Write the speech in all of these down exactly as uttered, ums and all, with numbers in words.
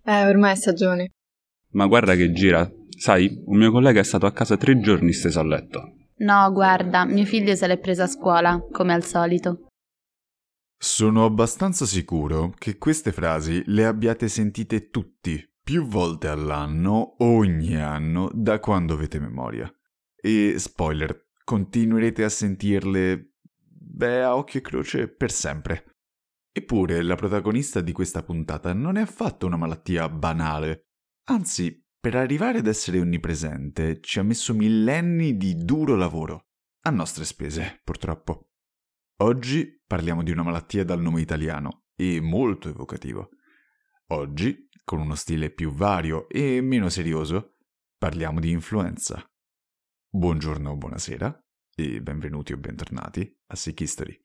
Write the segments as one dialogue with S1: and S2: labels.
S1: Eh, ormai è stagione.
S2: Ma guarda che gira. Sai, un mio collega è stato a casa tre giorni steso a letto.
S3: No, guarda, mio figlio se l'è presa a scuola, come al solito.
S4: Sono abbastanza sicuro che queste frasi le abbiate sentite tutti, più volte all'anno, ogni anno, da quando avete memoria. E, spoiler, continuerete a sentirle, beh, a occhio e croce, per sempre. Eppure la protagonista di questa puntata non è affatto una malattia banale. Anzi, per arrivare ad essere onnipresente ci ha messo millenni di duro lavoro. A nostre spese, purtroppo. Oggi parliamo di una malattia dal nome italiano e molto evocativo. Oggi, con uno stile più vario e meno serioso, parliamo di influenza. Buongiorno o buonasera e benvenuti o bentornati a Sick History.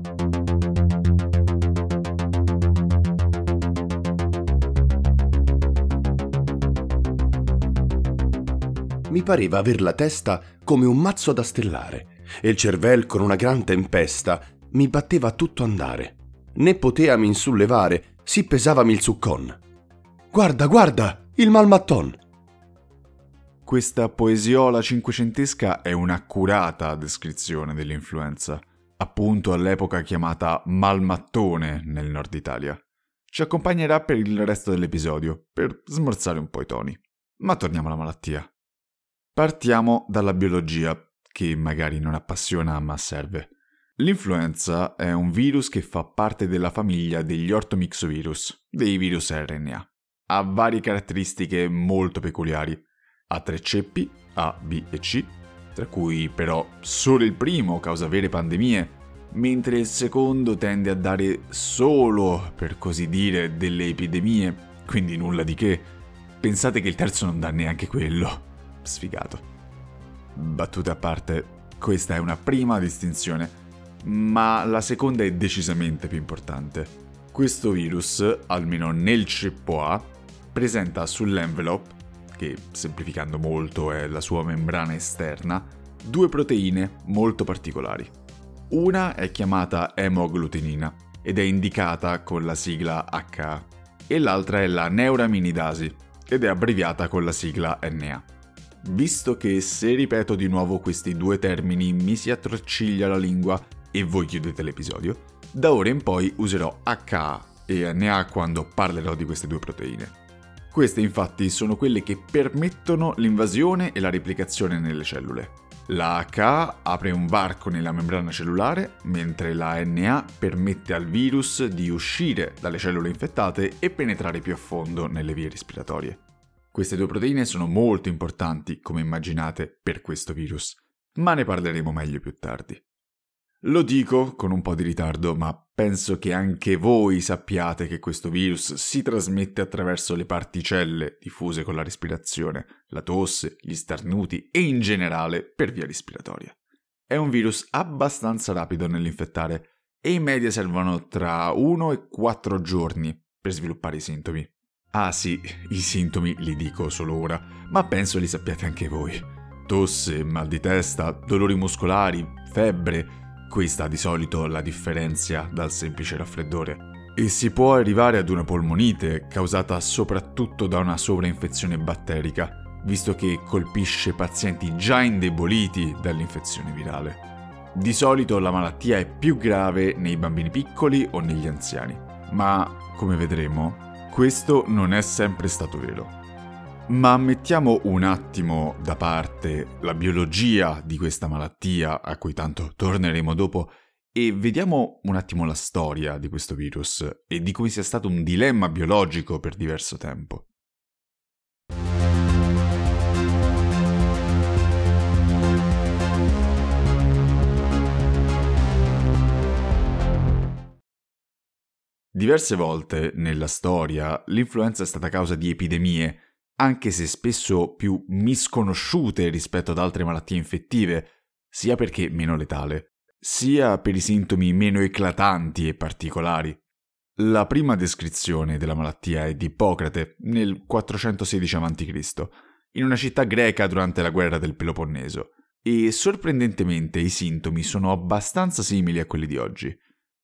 S5: Mi pareva aver la testa come un mazzo da stellare e il cervel con una gran tempesta mi batteva a tutto andare. Né poteami insullevare, sì pesavami il succon. Guarda, guarda, il malmatton!
S4: Questa poesiola cinquecentesca è un'accurata descrizione dell'influenza, appunto all'epoca chiamata malmattone nel nord Italia. Ci accompagnerà per il resto dell'episodio, per smorzare un po' i toni. Ma torniamo alla malattia. Partiamo dalla biologia, che magari non appassiona ma serve. L'influenza è un virus che fa parte della famiglia degli ortomyxovirus, dei virus R N A. Ha varie caratteristiche molto peculiari. Ha tre ceppi, A, B e C, tra cui però solo il primo causa vere pandemie, mentre il secondo tende a dare solo, per così dire, delle epidemie, quindi nulla di che. Pensate che il terzo non dà neanche quello. Sfigato. Battute a parte, questa è una prima distinzione, ma la seconda è decisamente più importante. Questo virus, almeno nel ceppo A, presenta sull'envelope, che semplificando molto è la sua membrana esterna, due proteine molto particolari. Una è chiamata emoagglutinina ed è indicata con la sigla H A e l'altra è la neuraminidasi ed è abbreviata con la sigla N A. Visto che se ripeto di nuovo questi due termini mi si attorciglia la lingua e voi chiudete l'episodio, da ora in poi userò H A e N A quando parlerò di queste due proteine. Queste infatti sono quelle che permettono l'invasione e la replicazione nelle cellule. La H A apre un varco nella membrana cellulare, mentre la N A permette al virus di uscire dalle cellule infettate e penetrare più a fondo nelle vie respiratorie. Queste due proteine sono molto importanti, come immaginate, per questo virus, ma ne parleremo meglio più tardi. Lo dico con un po' di ritardo, ma penso che anche voi sappiate che questo virus si trasmette attraverso le particelle diffuse con la respirazione, la tosse, gli starnuti e in generale per via respiratoria. È un virus abbastanza rapido nell'infettare e in media servono tra uno e quattro giorni per sviluppare i sintomi. Ah sì, i sintomi li dico solo ora, ma penso li sappiate anche voi. Tosse, mal di testa, dolori muscolari, febbre, questa di solito la differenzia dal semplice raffreddore. E si può arrivare ad una polmonite, causata soprattutto da una sovrainfezione batterica, visto che colpisce pazienti già indeboliti dall'infezione virale. Di solito la malattia è più grave nei bambini piccoli o negli anziani, ma, come vedremo, questo non è sempre stato vero. Ma mettiamo un attimo da parte la biologia di questa malattia, a cui tanto torneremo dopo, e vediamo un attimo la storia di questo virus e di come sia stato un dilemma biologico per diverso tempo. Diverse volte nella storia l'influenza è stata causa di epidemie, anche se spesso più misconosciute rispetto ad altre malattie infettive, sia perché meno letale, sia per i sintomi meno eclatanti e particolari. La prima descrizione della malattia è di Ippocrate nel quattrocentosedici avanti Cristo, in una città greca durante la guerra del Peloponneso, e sorprendentemente i sintomi sono abbastanza simili a quelli di oggi.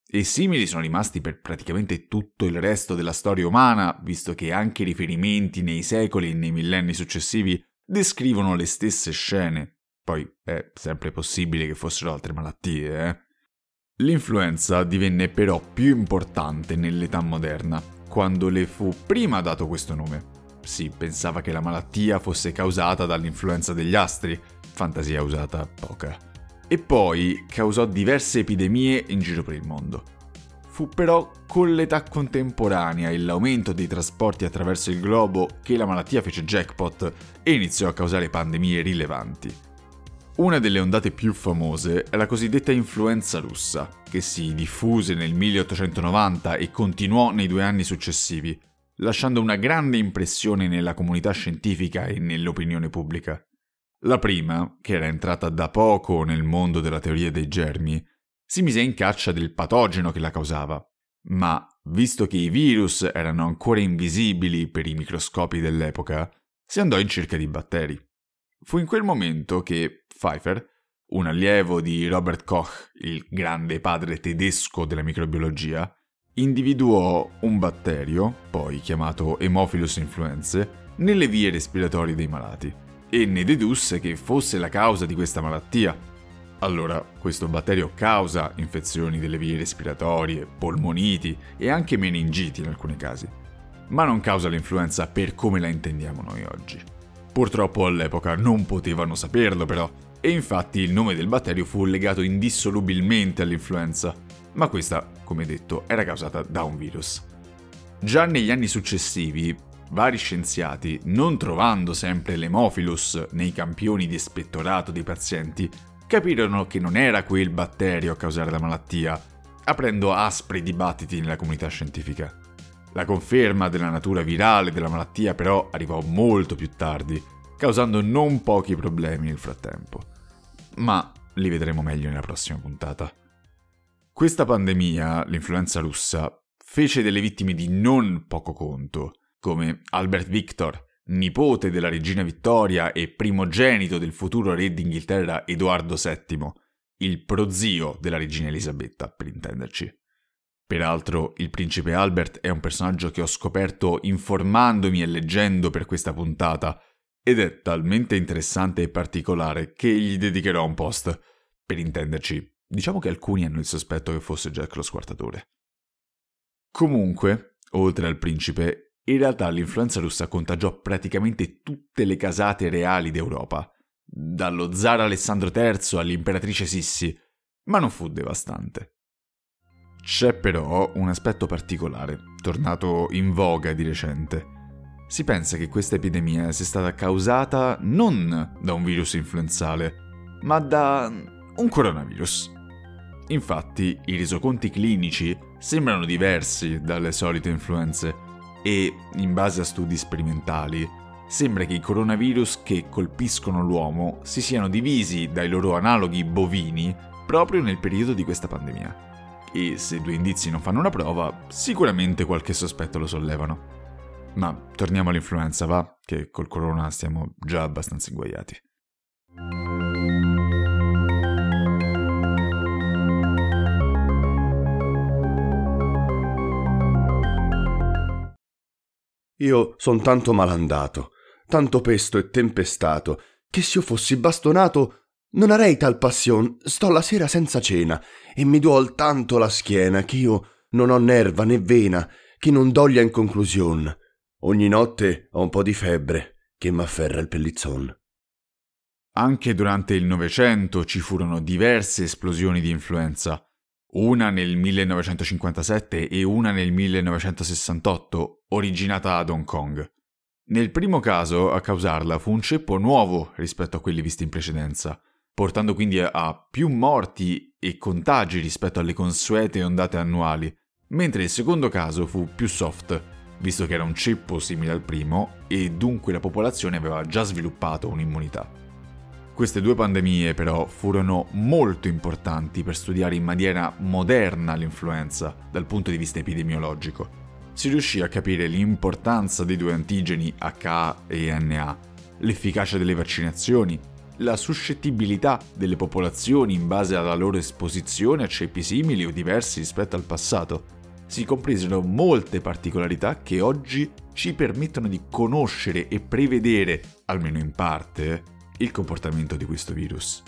S4: e simili sono rimasti per praticamente tutto il resto della storia umana, visto che anche i riferimenti nei secoli e nei millenni successivi descrivono le stesse scene. Poi è sempre possibile che fossero altre malattie, eh? L'influenza divenne però più importante nell'età moderna, quando le fu prima dato questo nome. Si pensava che la malattia fosse causata dall'influenza degli astri, fantasia usata poca, e poi causò diverse epidemie in giro per il mondo. Fu però con l'età contemporanea e l'aumento dei trasporti attraverso il globo che la malattia fece jackpot e iniziò a causare pandemie rilevanti. Una delle ondate più famose è la cosiddetta influenza russa, che si diffuse nel milleottocentonovanta e continuò nei due anni successivi, lasciando una grande impressione nella comunità scientifica e nell'opinione pubblica. La prima, che era entrata da poco nel mondo della teoria dei germi, si mise in caccia del patogeno che la causava, ma visto che i virus erano ancora invisibili per i microscopi dell'epoca, si andò in cerca di batteri. Fu in quel momento che Pfeiffer, un allievo di Robert Koch, il grande padre tedesco della microbiologia, individuò un batterio, poi chiamato Haemophilus influenzae, nelle vie respiratorie dei malati e ne dedusse che fosse la causa di questa malattia. Allora, questo batterio causa infezioni delle vie respiratorie, polmoniti e anche meningiti in alcuni casi, ma non causa l'influenza per come la intendiamo noi oggi. Purtroppo all'epoca non potevano saperlo però, e infatti il nome del batterio fu legato indissolubilmente all'influenza, ma questa, come detto, era causata da un virus. Già negli anni successivi, vari scienziati, non trovando sempre l'Haemophilus nei campioni di espettorato dei pazienti, capirono che non era quel batterio a causare la malattia, aprendo aspri dibattiti nella comunità scientifica. La conferma della natura virale della malattia però arrivò molto più tardi, causando non pochi problemi nel frattempo. Ma li vedremo meglio nella prossima puntata. Questa pandemia, l'influenza russa, fece delle vittime di non poco conto, come Albert Victor, nipote della regina Vittoria e primogenito del futuro re d'Inghilterra Edoardo settimo, il prozio della regina Elisabetta, per intenderci. Peraltro, il principe Albert è un personaggio che ho scoperto informandomi e leggendo per questa puntata, ed è talmente interessante e particolare che gli dedicherò un post. Per intenderci, diciamo che alcuni hanno il sospetto che fosse Jack lo Squartatore. Comunque, oltre al principe, in realtà l'influenza russa contagiò praticamente tutte le casate reali d'Europa, dallo zar Alessandro terzo all'imperatrice Sissi, ma non fu devastante. C'è però un aspetto particolare, tornato in voga di recente. Si pensa che questa epidemia sia stata causata non da un virus influenzale, ma da un coronavirus. Infatti, i resoconti clinici sembrano diversi dalle solite influenze e, in base a studi sperimentali, sembra che i coronavirus che colpiscono l'uomo si siano divisi dai loro analoghi bovini proprio nel periodo di questa pandemia. E se due indizi non fanno una prova, sicuramente qualche sospetto lo sollevano. Ma torniamo all'influenza, va? Che col corona stiamo già abbastanza inguaiati.
S5: Io son tanto malandato, tanto pesto e tempestato, che se io fossi bastonato non arei tal passion, sto la sera senza cena, e mi duol tanto la schiena, che io non ho nerva né vena, che non doglia in conclusion. Ogni notte ho un po' di febbre, che m'afferra il pellizzon.
S4: Anche durante il Novecento ci furono diverse esplosioni di influenza, una nel millenovecentocinquantasette e una nel millenovecentosessantotto, originata ad Hong Kong. Nel primo caso a causarla fu un ceppo nuovo rispetto a quelli visti in precedenza, portando quindi a più morti e contagi rispetto alle consuete ondate annuali, mentre il secondo caso fu più soft, visto che era un ceppo simile al primo e dunque la popolazione aveva già sviluppato un'immunità. Queste due pandemie però furono molto importanti per studiare in maniera moderna l'influenza dal punto di vista epidemiologico. Si riuscì a capire l'importanza dei due antigeni H A e N A, l'efficacia delle vaccinazioni, la suscettibilità delle popolazioni in base alla loro esposizione a ceppi simili o diversi rispetto al passato. Si compresero molte particolarità che oggi ci permettono di conoscere e prevedere, almeno in parte, il comportamento di questo virus.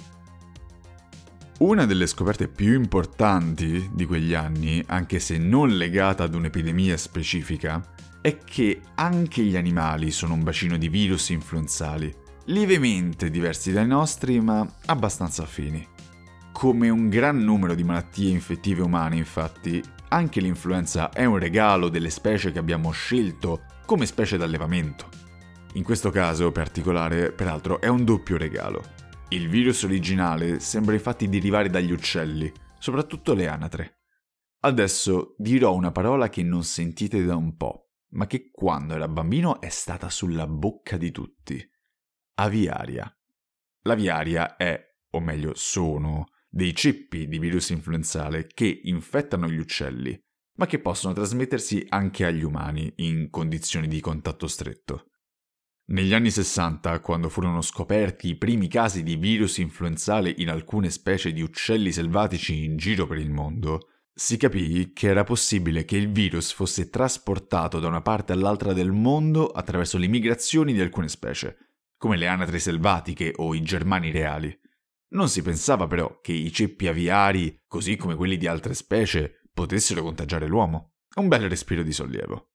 S4: Una delle scoperte più importanti di quegli anni, anche se non legata ad un'epidemia specifica, è che anche gli animali sono un bacino di virus influenzali, lievemente diversi dai nostri, ma abbastanza affini. Come un gran numero di malattie infettive umane, infatti, anche l'influenza è un regalo delle specie che abbiamo scelto come specie d'allevamento. In questo caso particolare, peraltro, è un doppio regalo. Il virus originale sembra infatti derivare dagli uccelli, soprattutto le anatre. Adesso dirò una parola che non sentite da un po', ma che quando era bambino è stata sulla bocca di tutti. Aviaria. L'aviaria è, o meglio sono, dei ceppi di virus influenzale che infettano gli uccelli, ma che possono trasmettersi anche agli umani in condizioni di contatto stretto. Negli anni sessanta, quando furono scoperti i primi casi di virus influenzale in alcune specie di uccelli selvatici in giro per il mondo, si capì che era possibile che il virus fosse trasportato da una parte all'altra del mondo attraverso le migrazioni di alcune specie, come le anatre selvatiche o i germani reali. Non si pensava però che i ceppi aviari, così come quelli di altre specie, potessero contagiare l'uomo. Un bel respiro di sollievo.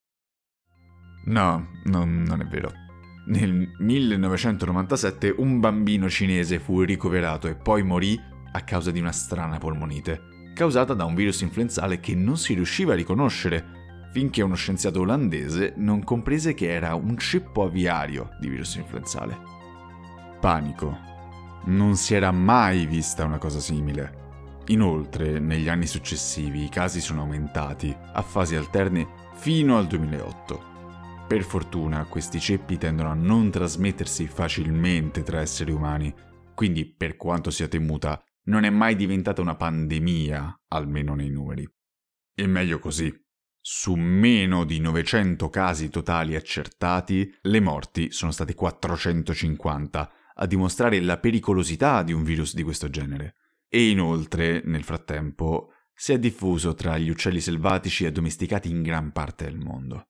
S4: No, no, non è vero. Nel millenovecentonovantasette un bambino cinese fu ricoverato e poi morì a causa di una strana polmonite, causata da un virus influenzale che non si riusciva a riconoscere, finché uno scienziato olandese non comprese che era un ceppo aviario di virus influenzale. Panico. Non si era mai vista una cosa simile. Inoltre, negli anni successivi i casi sono aumentati, a fasi alterne, fino al duemilaotto. Per fortuna, questi ceppi tendono a non trasmettersi facilmente tra esseri umani, quindi, per quanto sia temuta, non è mai diventata una pandemia, almeno nei numeri. E meglio così. Su meno di novecento casi totali accertati, le morti sono state quattrocentocinquanta, a dimostrare la pericolosità di un virus di questo genere. E inoltre, nel frattempo, si è diffuso tra gli uccelli selvatici e addomesticati in gran parte del mondo.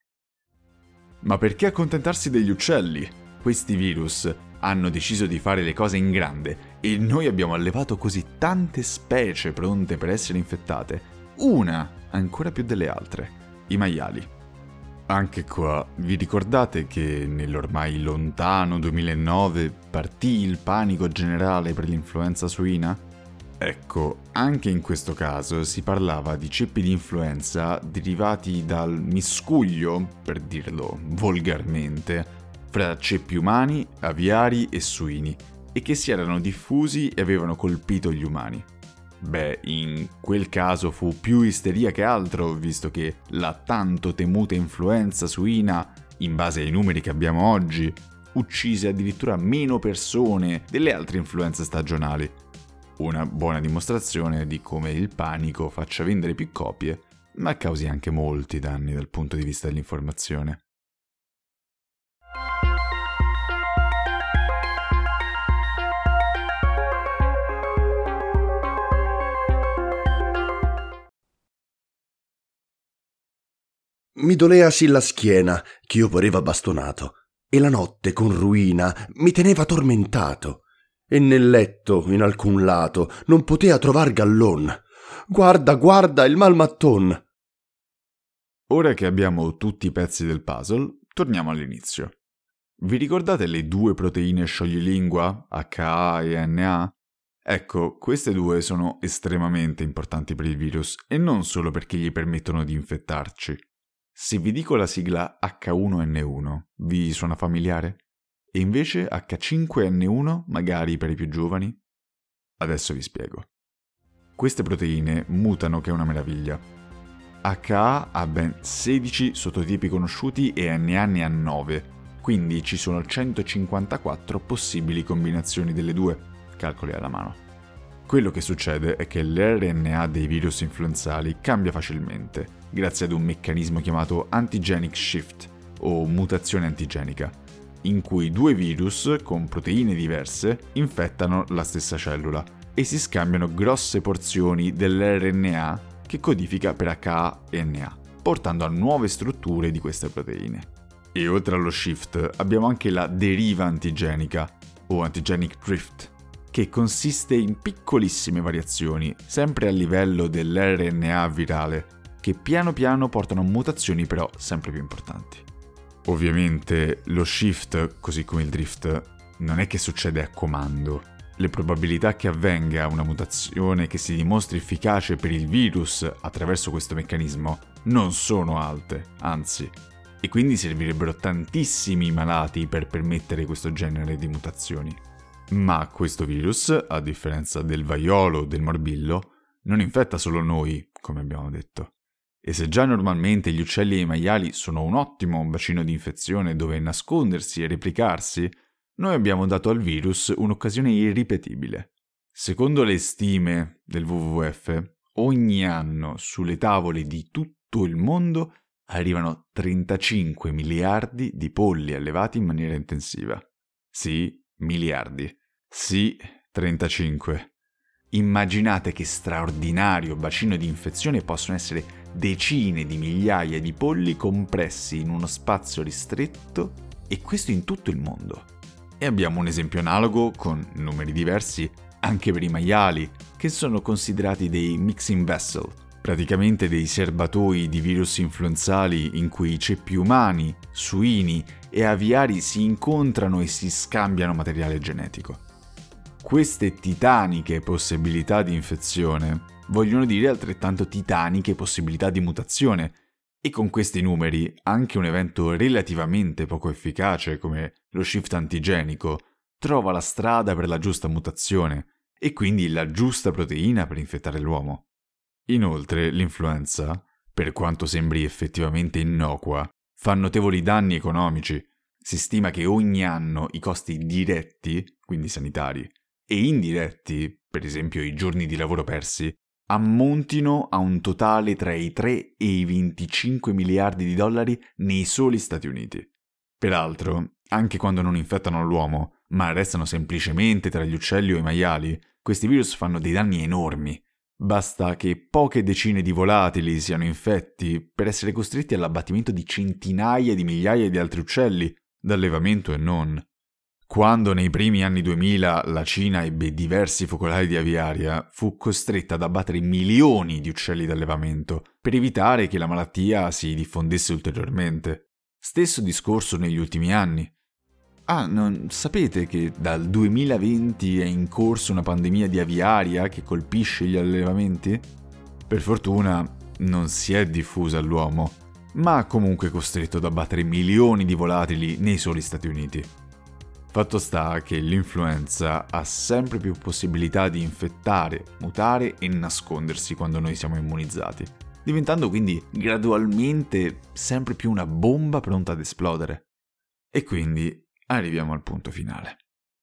S4: Ma perché accontentarsi degli uccelli? Questi virus hanno deciso di fare le cose in grande e noi abbiamo allevato così tante specie pronte per essere infettate, una ancora più delle altre, i maiali. Anche qua, vi ricordate che nell'ormai lontano duemilanove partì il panico generale per l'influenza suina? Ecco, anche in questo caso si parlava di ceppi di influenza derivati dal miscuglio, per dirlo volgarmente, fra ceppi umani, aviari e suini, e che si erano diffusi e avevano colpito gli umani. Beh, in quel caso fu più isteria che altro, visto che la tanto temuta influenza suina, in base ai numeri che abbiamo oggi, uccise addirittura meno persone delle altre influenze stagionali. Una buona dimostrazione di come il panico faccia vendere più copie, ma causi anche molti danni dal punto di vista dell'informazione.
S5: Mi doleasi la schiena, ch'io pareva bastonato, e la notte con ruina mi teneva tormentato, e nel letto, in alcun lato, non potea trovar gallon. Guarda, guarda, il mal matton!
S4: Ora che abbiamo tutti i pezzi del puzzle, torniamo all'inizio. Vi ricordate le due proteine scioglilingua, H A e N A? Ecco, queste due sono estremamente importanti per il virus, e non solo perché gli permettono di infettarci. Se vi dico la sigla H uno N uno, vi suona familiare? E invece H cinque N uno, magari per i più giovani? Adesso vi spiego. Queste proteine mutano che è una meraviglia. H A ha ben sedici sottotipi conosciuti e N A ne ha nove, quindi ci sono centocinquantaquattro possibili combinazioni delle due, calcoli alla mano. Quello che succede è che l'R N A dei virus influenzali cambia facilmente, grazie ad un meccanismo chiamato antigenic shift, o mutazione antigenica. in cui due virus con proteine diverse infettano la stessa cellula e si scambiano grosse porzioni dell'erre enne a che codifica per acca a e enne a, portando a nuove strutture di queste proteine. E oltre allo shift abbiamo anche la deriva antigenica, o antigenic drift, che consiste in piccolissime variazioni, sempre a livello dell'erre enne a virale, che piano piano portano a mutazioni però sempre più importanti. Ovviamente lo shift, così come il drift, non è che succede a comando. Le probabilità che avvenga una mutazione che si dimostri efficace per il virus attraverso questo meccanismo non sono alte, anzi, e quindi servirebbero tantissimi malati per permettere questo genere di mutazioni. Ma questo virus, a differenza del vaiolo o del morbillo, non infetta solo noi, come abbiamo detto. E se già normalmente gli uccelli e i maiali sono un ottimo bacino di infezione dove nascondersi e replicarsi, noi abbiamo dato al virus un'occasione irripetibile. Secondo le stime del vu vu vu effe, ogni anno sulle tavole di tutto il mondo arrivano trentacinque miliardi di polli allevati in maniera intensiva. Sì, miliardi. Sì, trentacinque. Immaginate che straordinario bacino di infezione possono essere decine di migliaia di polli compressi in uno spazio ristretto, e questo in tutto il mondo. E abbiamo un esempio analogo, con numeri diversi, anche per i maiali, che sono considerati dei mixing vessel, praticamente dei serbatoi di virus influenzali in cui ceppi umani, suini e aviari si incontrano e si scambiano materiale genetico. Queste titaniche possibilità di infezione vogliono dire altrettanto titaniche possibilità di mutazione, e con questi numeri anche un evento relativamente poco efficace come lo shift antigenico trova la strada per la giusta mutazione e quindi la giusta proteina per infettare l'uomo. Inoltre l'influenza, per quanto sembri effettivamente innocua, fa notevoli danni economici. Si stima che ogni anno i costi diretti, quindi sanitari, e indiretti, per esempio i giorni di lavoro persi, ammontino a un totale tra i tre e i venticinque miliardi di dollari nei soli Stati Uniti. Peraltro, anche quando non infettano l'uomo, ma restano semplicemente tra gli uccelli o i maiali, questi virus fanno dei danni enormi. Basta che poche decine di volatili siano infetti per essere costretti all'abbattimento di centinaia di migliaia di altri uccelli, d'allevamento e non. Quando nei primi anni duemila la Cina ebbe diversi focolai di aviaria, fu costretta ad abbattere milioni di uccelli d'allevamento per evitare che la malattia si diffondesse ulteriormente. Stesso discorso negli ultimi anni. Ah, non sapete che dal duemilaventi è in corso una pandemia di aviaria che colpisce gli allevamenti? Per fortuna non si è diffusa all'uomo, ma ha comunque costretto ad abbattere milioni di volatili nei soli Stati Uniti. Fatto sta che l'influenza ha sempre più possibilità di infettare, mutare e nascondersi quando noi siamo immunizzati, diventando quindi gradualmente sempre più una bomba pronta ad esplodere. E quindi arriviamo al punto finale.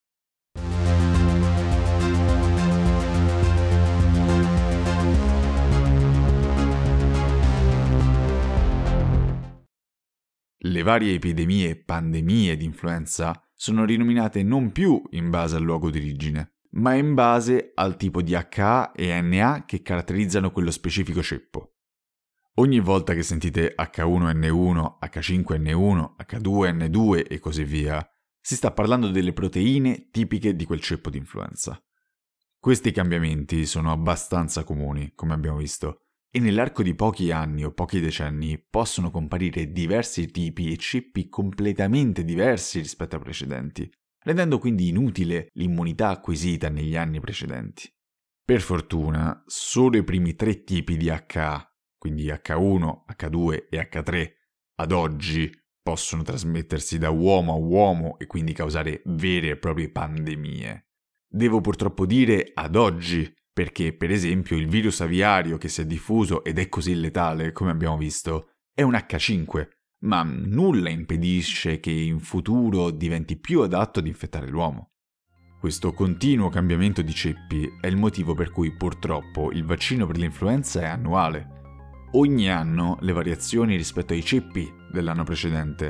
S4: Le varie epidemie e pandemie di influenza sono rinominate non più in base al luogo d'origine, ma in base al tipo di acca a e enne a che caratterizzano quello specifico ceppo. Ogni volta che sentite acca uno enne uno, acca cinque enne uno, acca due enne due e così via, si sta parlando delle proteine tipiche di quel ceppo di influenza. Questi cambiamenti sono abbastanza comuni, come abbiamo visto, e nell'arco di pochi anni o pochi decenni possono comparire diversi tipi e ceppi completamente diversi rispetto ai precedenti, rendendo quindi inutile l'immunità acquisita negli anni precedenti. Per fortuna, solo i primi tre tipi di acca a, quindi acca uno, acca due e acca tre, ad oggi possono trasmettersi da uomo a uomo e quindi causare vere e proprie pandemie. Devo purtroppo dire ad oggi, perché per esempio il virus aviario che si è diffuso ed è così letale, come abbiamo visto, è un acca cinque, ma nulla impedisce che in futuro diventi più adatto ad infettare l'uomo. Questo continuo cambiamento di ceppi è il motivo per cui purtroppo il vaccino per l'influenza è annuale. Ogni anno le variazioni rispetto ai ceppi dell'anno precedente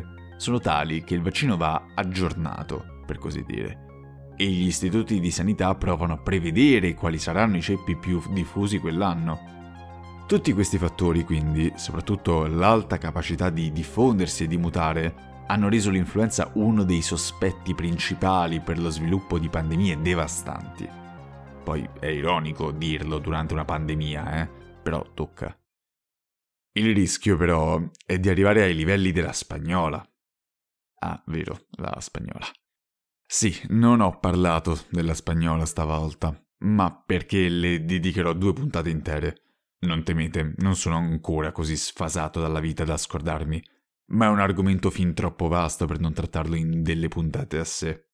S4: sono tali che il vaccino va aggiornato, per così dire, e gli istituti di sanità provano a prevedere quali saranno i ceppi più diffusi quell'anno. Tutti questi fattori, quindi, soprattutto l'alta capacità di diffondersi e di mutare, hanno reso l'influenza uno dei sospetti principali per lo sviluppo di pandemie devastanti. Poi è ironico dirlo durante una pandemia, eh? Però tocca. Il rischio, però, è di arrivare ai livelli della spagnola. Ah, vero, la spagnola. Sì, non ho parlato della spagnola stavolta, ma perché le dedicherò due puntate intere. Non temete, non sono ancora così sfasato dalla vita da scordarmi, ma è un argomento fin troppo vasto per non trattarlo in delle puntate a sé.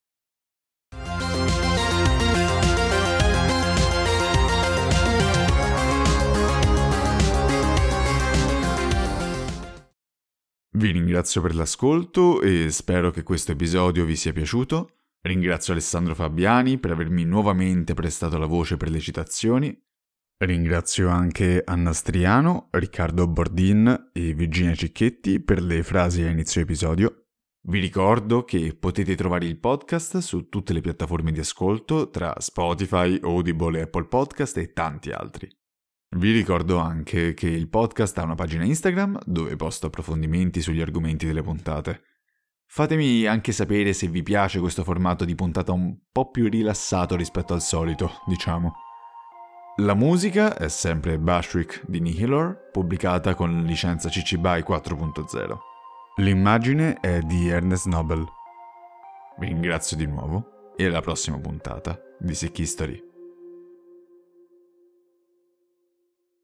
S4: Vi ringrazio per l'ascolto e spero che questo episodio vi sia piaciuto. Ringrazio Alessandro Fabiani per avermi nuovamente prestato la voce per le citazioni. Ringrazio anche Anna Striano, Riccardo Bordin e Virginia Cicchetti per le frasi a inizio episodio. Vi ricordo che potete trovare il podcast su tutte le piattaforme di ascolto tra Spotify, Audible, Apple Podcast e tanti altri. Vi ricordo anche che il podcast ha una pagina Instagram dove posto approfondimenti sugli argomenti delle puntate. Fatemi anche sapere se vi piace questo formato di puntata un po' più rilassato rispetto al solito, diciamo. La musica è sempre Bushwick di Nihilor, pubblicata con licenza C C B Y quattro punto zero. L'immagine è di Ernest Nobel. Vi ringrazio di nuovo e alla prossima puntata di Sick History.